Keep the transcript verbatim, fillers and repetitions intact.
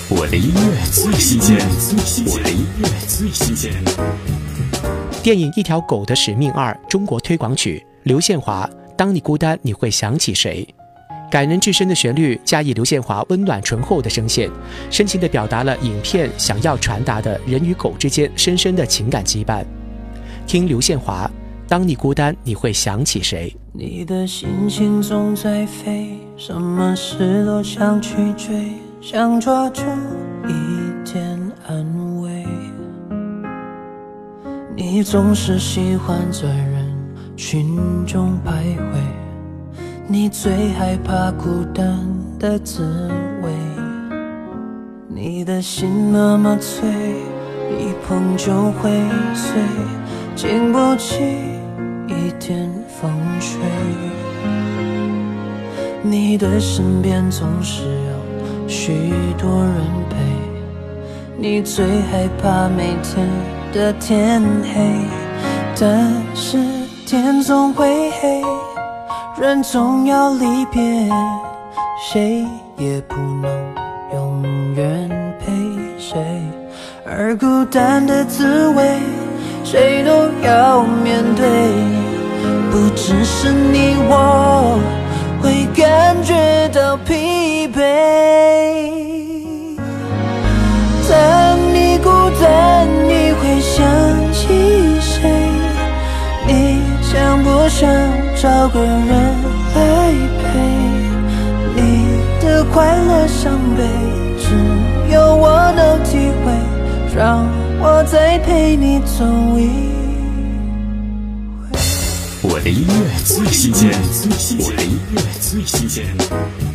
我的音乐最新鲜，我的音乐最新鲜。 电影《一条狗的使命二》中国推广曲，刘宪华，当你孤单，你会想起谁？感人至深的旋律，加以刘宪华温暖醇厚的声线，深情地表达了影片想要传达的人与狗之间深深的情感羁绊。听刘宪华，当你孤单，你会想起谁？ 你的心情总在飞，什么事都想去追，想抓住一点安慰。你总是喜欢在人群中徘徊，你最害怕孤单的滋味。你的心那么脆，一碰就会碎，经不起一点风吹。你的身边总是有许多人陪，你最害怕每天的天黑。但是天总会黑，人总要离别，谁也不能永远陪谁。而孤单的滋味谁都要面对，不只是你我会感觉到疲惫。当你孤单，你会想起谁？你想不想找个人来陪？你的快乐伤悲只有我能体会，让我再陪你走一回。 我的音乐最新鲜，我的音乐最新鲜。